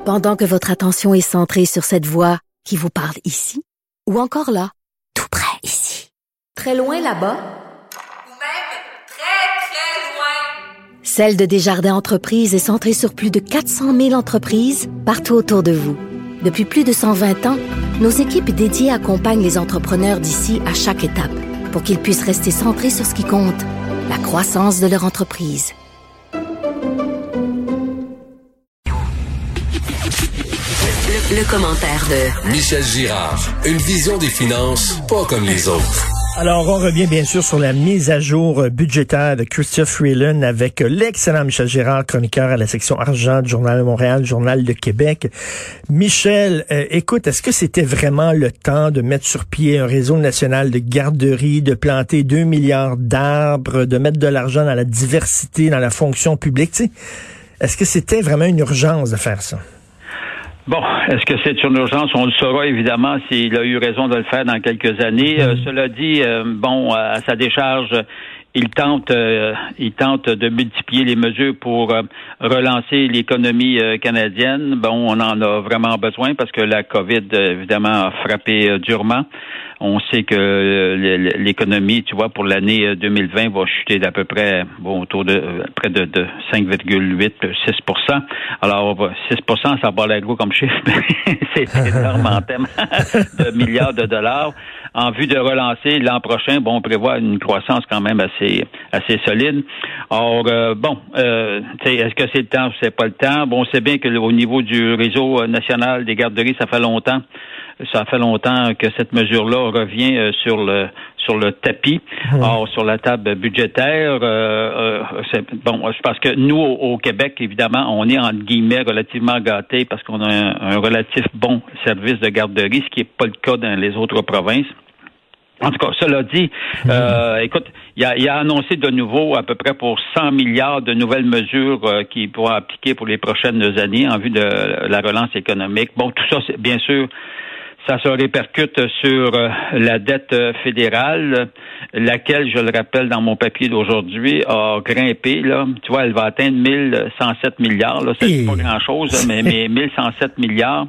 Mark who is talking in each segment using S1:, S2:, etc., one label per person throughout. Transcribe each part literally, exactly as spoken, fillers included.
S1: Pendant que votre attention est centrée sur cette voix qui vous parle ici, ou encore là, tout près ici, très loin là-bas,
S2: ou même très, très loin.
S1: Celle de Desjardins Entreprises est centrée sur plus de quatre cent mille entreprises partout autour de vous. Depuis plus de cent vingt ans, nos équipes dédiées accompagnent les entrepreneurs d'ici à chaque étape pour qu'ils puissent rester centrés sur ce qui compte, la croissance de leur entreprise.
S3: Le, le commentaire de
S4: Michel Girard. Une vision des finances pas comme les autres.
S5: Alors, on revient bien sûr sur la mise à jour budgétaire de Chrystia Freeland avec l'excellent Michel Girard, chroniqueur à la section argent du Journal de Montréal, Journal de Québec. Michel, euh, écoute, est-ce que c'était vraiment le temps de mettre sur pied un réseau national de garderies, de planter deux milliards d'arbres, de mettre de l'argent dans la diversité, dans la fonction publique? Tu sais, est-ce que c'était vraiment une urgence de faire ça?
S6: Bon, est-ce que c'est une urgence? On le saura évidemment s'il a eu raison de le faire dans quelques années. Mmh. Euh, cela dit, euh, bon, à sa décharge, il tente, euh, il tente de multiplier les mesures pour euh, relancer l'économie euh, canadienne. Bon, on en a vraiment besoin parce que la COVID, euh, évidemment, a frappé euh, durement. On sait que euh, l'économie, tu vois, pour l'année deux mille vingt va chuter d'à peu près, bon, autour de euh, près de, de cinq virgule huit, six pour cent. Alors, six pour cent, ça va l'air gros comme chiffre, mais c'est énorme en termes de milliards de dollars. En vue de relancer l'an prochain, bon, on prévoit une croissance quand même assez assez solide. Or, euh, bon, euh, est-ce que c'est le temps ou c'est pas le temps? Bon, on sait bien que au niveau du réseau national des garderies, ça fait longtemps. Ça fait longtemps que cette mesure-là revient euh, sur le sur le tapis. Mmh. Or, sur la table budgétaire, euh, euh, c'est, bon, c'est parce que nous, au, au Québec, évidemment, on est, entre guillemets, relativement gâtés parce qu'on a un, un relatif bon service de garderie, ce qui n'est pas le cas dans les autres provinces. En tout cas, cela dit, euh, écoute, il a, il a annoncé de nouveau à peu près pour cent milliards de nouvelles mesures euh, qui pourront appliquer pour les prochaines années en vue de la relance économique. Bon, tout ça, c'est bien sûr, ça se répercute sur euh, la dette fédérale, laquelle, je le rappelle dans mon papier d'aujourd'hui, a grimpé. Là, tu vois, elle va atteindre mille cent sept milliards. Là, c'est hey. pas grand-chose, mais, mais mille cent sept milliards.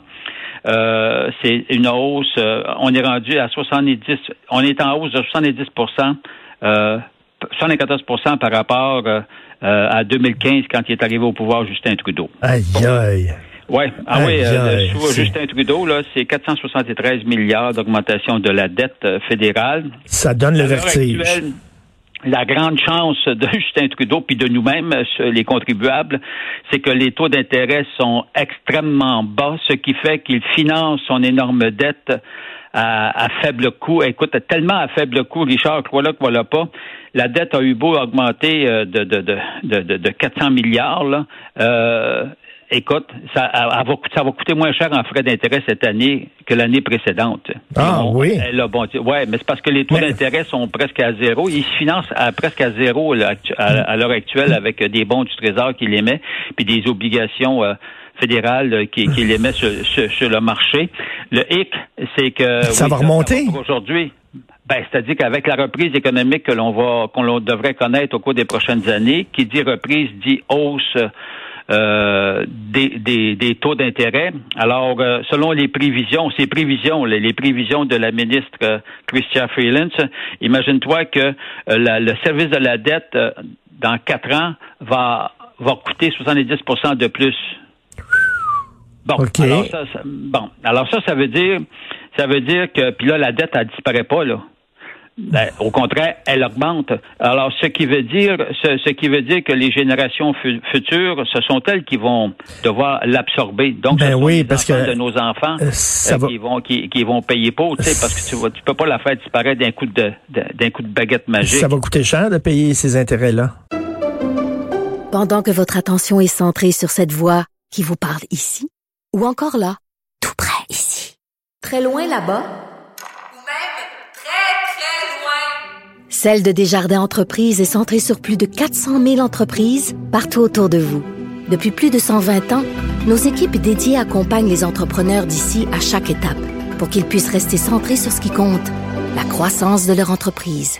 S6: Euh, c'est une hausse. Euh, on est rendu à soixante-dix. On est en hausse de soixante-dix pour cent, euh, soixante-quatorze pour cent par rapport euh, à deux mille quinze quand il est arrivé au pouvoir Justin Trudeau.
S5: Aïe aïe.
S6: Ouais, ah
S5: aïe,
S6: oui, euh,
S5: aïe,
S6: sous
S5: c'est...
S6: Justin Trudeau, là, c'est quatre cent soixante-treize milliards d'augmentation de la dette euh, fédérale.
S5: Ça donne le vertige.
S6: Actuelle, la grande chance de Justin Trudeau puis de nous-mêmes, les contribuables, c'est que les taux d'intérêt sont extrêmement bas, ce qui fait qu'il finance son énorme dette à, à faible coût. Écoute, tellement à faible coût, Richard, crois-le, crois-le pas, la dette a eu beau augmenter de, de, de, de, de, de quatre cents milliards, là, euh, écoute, ça, elle va, ça va coûter moins cher en frais d'intérêt cette année que l'année précédente.
S5: Ah bon, oui?
S6: Elle a bon, ouais, mais c'est parce que les taux mais... d'intérêt sont presque à zéro. Ils se financent à presque à zéro là, à, à l'heure actuelle avec des bons du Trésor qui l'émet, puis des obligations euh, fédérales qui, qui l'émet sur, sur, sur le marché. Le hic, c'est que...
S5: Ça
S6: oui,
S5: va remonter?
S6: Aujourd'hui... Ben, c'est-à-dire qu'avec la reprise économique que l'on va, qu'on devrait connaître au cours des prochaines années, qui dit reprise dit hausse euh, des, des, des taux d'intérêt. Alors, euh, selon les prévisions, ces prévisions, les, les prévisions de la ministre euh, Chrystia Freeland, imagine-toi que euh, la, le service de la dette euh, dans quatre ans va va coûter soixante-dix pour cent de plus. Bon, okay. alors ça, ça, bon, alors ça, ça veut dire, ça veut dire que, puis là, la dette, elle disparaît pas, là. Ben, au contraire, elle augmente. Alors, ce qui veut dire, ce, ce qui veut dire que les générations fu- futures, ce sont elles qui vont devoir l'absorber. Donc,
S5: ben
S6: ce sont
S5: oui,
S6: les
S5: parce
S6: enfants
S5: que
S6: de nos enfants
S5: euh, ça
S6: euh,
S5: va...
S6: qui vont qui, qui vont payer pour, tu sais, parce que tu vas, tu peux pas la faire disparaître d'un coup de, de d'un coup de baguette magique.
S5: Ça va coûter cher de payer ces intérêts-là.
S1: Pendant que votre attention est centrée sur cette voix qui vous parle ici, ou encore là, tout près ici, très loin là-bas, celle de Desjardins Entreprises est centrée sur plus de quatre cent mille entreprises partout autour de vous. Depuis plus de cent vingt ans, nos équipes dédiées accompagnent les entrepreneurs d'ici à chaque étape pour qu'ils puissent rester centrés sur ce qui compte, la croissance de leur entreprise.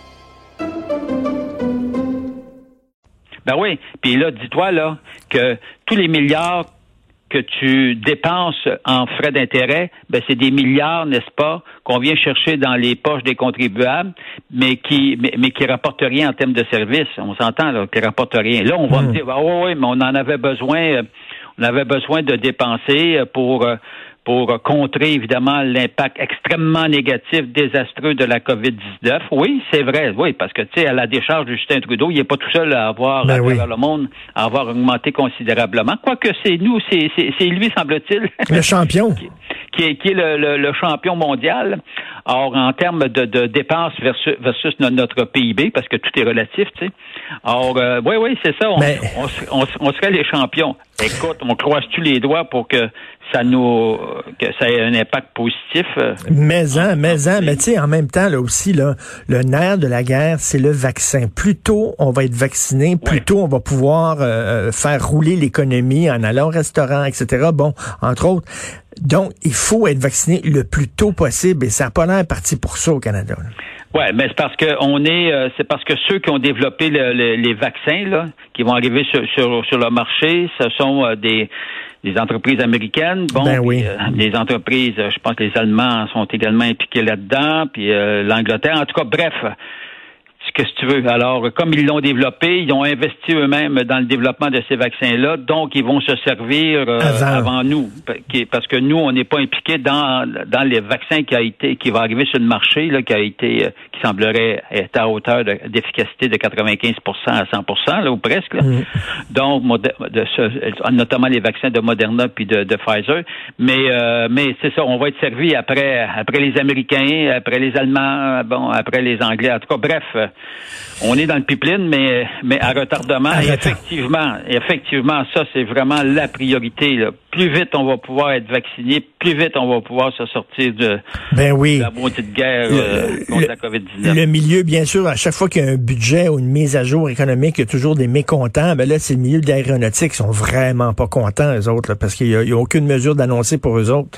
S6: Ben oui, puis là, dis-toi là que tous les milliards que tu dépenses en frais d'intérêt, ben c'est des milliards, n'est-ce pas, qu'on vient chercher dans les poches des contribuables, mais qui mais, mais qui rapportent rien en termes de services. On s'entend, là, qui rapportent rien. Là, on va mmh. me dire, ah, oui, oui, mais on en avait besoin, on avait besoin de dépenser pour pour contrer, évidemment, l'impact extrêmement négatif, désastreux de la covid dix-neuf. Oui, c'est vrai, oui, parce que, tu sais, à la décharge de Justin Trudeau, il n'est pas tout seul à avoir, ben à travers oui. le monde, à avoir augmenté considérablement. Quoique c'est nous, c'est, c'est, c'est lui, semble-t-il.
S5: Le champion.
S6: qui, qui est, qui est le, le, le champion mondial. Or, en termes de, de dépenses versus, versus notre P I B, parce que tout est relatif, tu sais. Or, euh, oui, oui, c'est ça, on, Mais... on, on, on serait les champions. Écoute, on croise-tu les doigts pour que ça nous que ça ait un impact positif?
S5: Mais en, mais en, mais tu sais, en même temps, là aussi, là, le nerf de la guerre, c'est le vaccin. Plus tôt on va être vacciné, plus ouais. tôt on va pouvoir euh, faire rouler l'économie en allant au restaurant, et cetera. Bon, entre autres. Donc, il faut être vacciné le plus tôt possible et ça n'a pas l'air parti pour ça au Canada.
S6: Oui, mais c'est parce que on est, euh, c'est parce que ceux qui ont développé le, le, les vaccins là, qui vont arriver sur sur, sur le marché, ce sont euh, des des entreprises américaines, bon,
S5: ben oui.
S6: puis, euh, des entreprises, je pense que les Allemands sont également impliqués là-dedans, puis euh, l'Angleterre, en tout cas, bref. Qu'est-ce que tu veux? Alors, comme ils l'ont développé, ils ont investi eux-mêmes dans le développement de ces vaccins-là, donc ils vont se servir euh, avant. avant nous, parce que nous, on n'est pas impliqués dans dans les vaccins qui a été qui va arriver sur le marché, là, qui a été, qui semblerait être à hauteur de, d'efficacité de quatre-vingt-quinze pour cent à cent pour cent, là, ou presque. Là. Mmh. Donc, de ce, notamment les vaccins de Moderna puis de, de Pfizer. Mais euh, mais c'est ça, on va être servi après après les Américains, après les Allemands, bon, après les Anglais. En tout cas, bref. On est dans le pipeline, mais mais à retardement. À et effectivement, effectivement, ça, c'est vraiment la priorité. Là. Plus vite on va pouvoir être vacciné, plus vite on va pouvoir se sortir de,
S5: ben oui.
S6: de la maudite guerre euh, le, contre
S5: le,
S6: la covid dix-neuf.
S5: Le milieu, bien sûr, à chaque fois qu'il y a un budget ou une mise à jour économique, il y a toujours des mécontents. Ben là, c'est le milieu de l'aéronautique qui sont vraiment pas contents, eux autres, là, parce qu'il n'y a, a aucune mesure d'annoncer pour eux autres.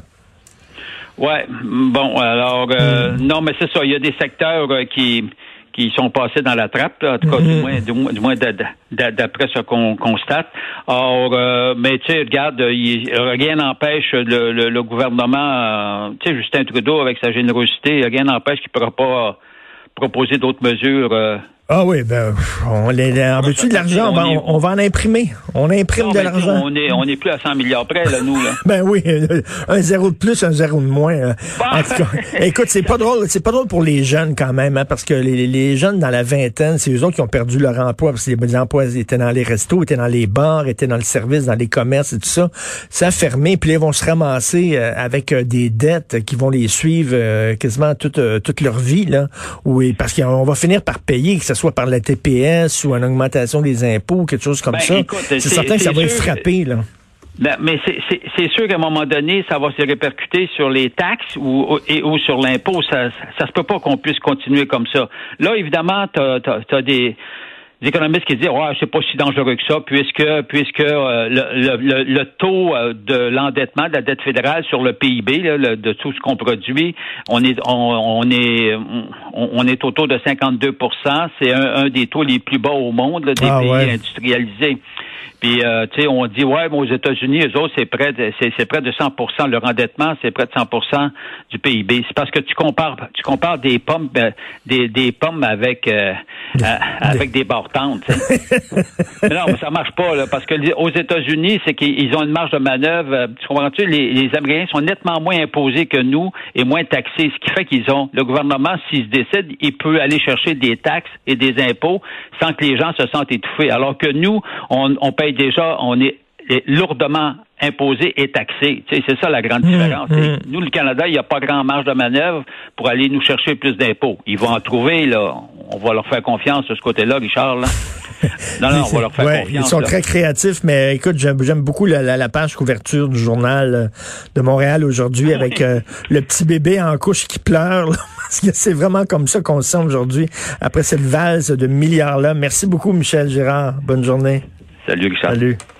S6: Ouais, bon, alors, euh, mm. non, mais c'est ça, il y a des secteurs euh, qui... qui sont passés dans la trappe, là, en tout cas, mm-hmm. du moins, du moins, du moins d'après ce qu'on constate. Or, euh, mais tu sais, regarde, il, rien n'empêche le, le, le gouvernement, euh, tu sais, Justin Trudeau, avec sa générosité, rien n'empêche qu'il ne pourra pas proposer d'autres mesures. Euh,
S5: Ah oui, ben, on les, en veux-tu de l'argent? On, on, on va en imprimer. On imprime non, de l'argent.
S6: On est, on est plus à cent milliards près, là, nous, là.
S5: Ben oui, un zéro de plus, un zéro de moins. En tout cas, écoute, c'est pas drôle, c'est pas drôle pour les jeunes quand même, hein, parce que les, les jeunes dans la vingtaine, c'est eux autres qui ont perdu leur emploi, parce que les emplois étaient dans les restos, étaient dans les bars, étaient dans le service, dans les commerces et tout ça. Ça a fermé, puis là, ils vont se ramasser euh, avec euh, des dettes qui vont les suivre euh, quasiment toute, euh, toute leur vie, là. Oui, parce qu'on va finir par payer, que ce soit par la T P S ou une augmentation des impôts, quelque chose comme
S6: ben,
S5: ça.
S6: Écoute,
S5: c'est, c'est certain que ça va les frapper, là.
S6: Ben, mais c'est, c'est, c'est sûr qu'à un moment donné, ça va se répercuter sur les taxes ou, et, ou sur l'impôt. Ça, ça, ça se peut pas qu'on puisse continuer comme ça. Là, évidemment, t'as, t'as, t'as des... des économistes qui disent ouais, c'est pas si dangereux que ça puisque puisque euh, le, le, le taux de l'endettement de la dette fédérale sur le P I B là, le, de tout ce qu'on produit, on est on, on est on, on est autour de cinquante-deux pour cent, c'est un, un des taux les plus bas au monde là, des ah, pays ouais. industrialisés. Puis, euh, tu sais, on dit, ouais, mais aux États-Unis, eux autres, c'est près de, c'est, c'est près de cent pour cent. Leur endettement, c'est près de cent pour cent du P I B. C'est parce que tu compares, tu compares des pommes, euh, des, des pommes avec, euh, euh, avec des barres-tentes, tu sais. Non, mais ça marche pas, là, parce que aux États-Unis, c'est qu'ils ont une marge de manœuvre. Tu comprends-tu? Les, les Américains sont nettement moins imposés que nous et moins taxés, ce qui fait qu'ils ont, le gouvernement, s'il se décide, il peut aller chercher des taxes et des impôts sans que les gens se sentent étouffés. Alors que nous, on, on paye déjà, on est lourdement imposé et taxé. Tu sais, c'est ça la grande différence. Mmh, mmh. Nous, le Canada, il n'y a pas grand marge de manœuvre pour aller nous chercher plus d'impôts. Ils vont en trouver, là. On va leur faire confiance de ce côté-là, Richard, là. Non, non, on va leur faire ouais, confiance.
S5: Ils sont
S6: là.
S5: très créatifs, mais écoute, j'aime, j'aime beaucoup la, la, la page couverture du journal de Montréal aujourd'hui ah, avec oui. euh, le petit bébé en couche qui pleure, là, parce que c'est vraiment comme ça qu'on se sent aujourd'hui après cette valse de milliards-là. Merci beaucoup, Michel Girard. Bonne journée.
S6: Salut, Richard.
S5: Salut.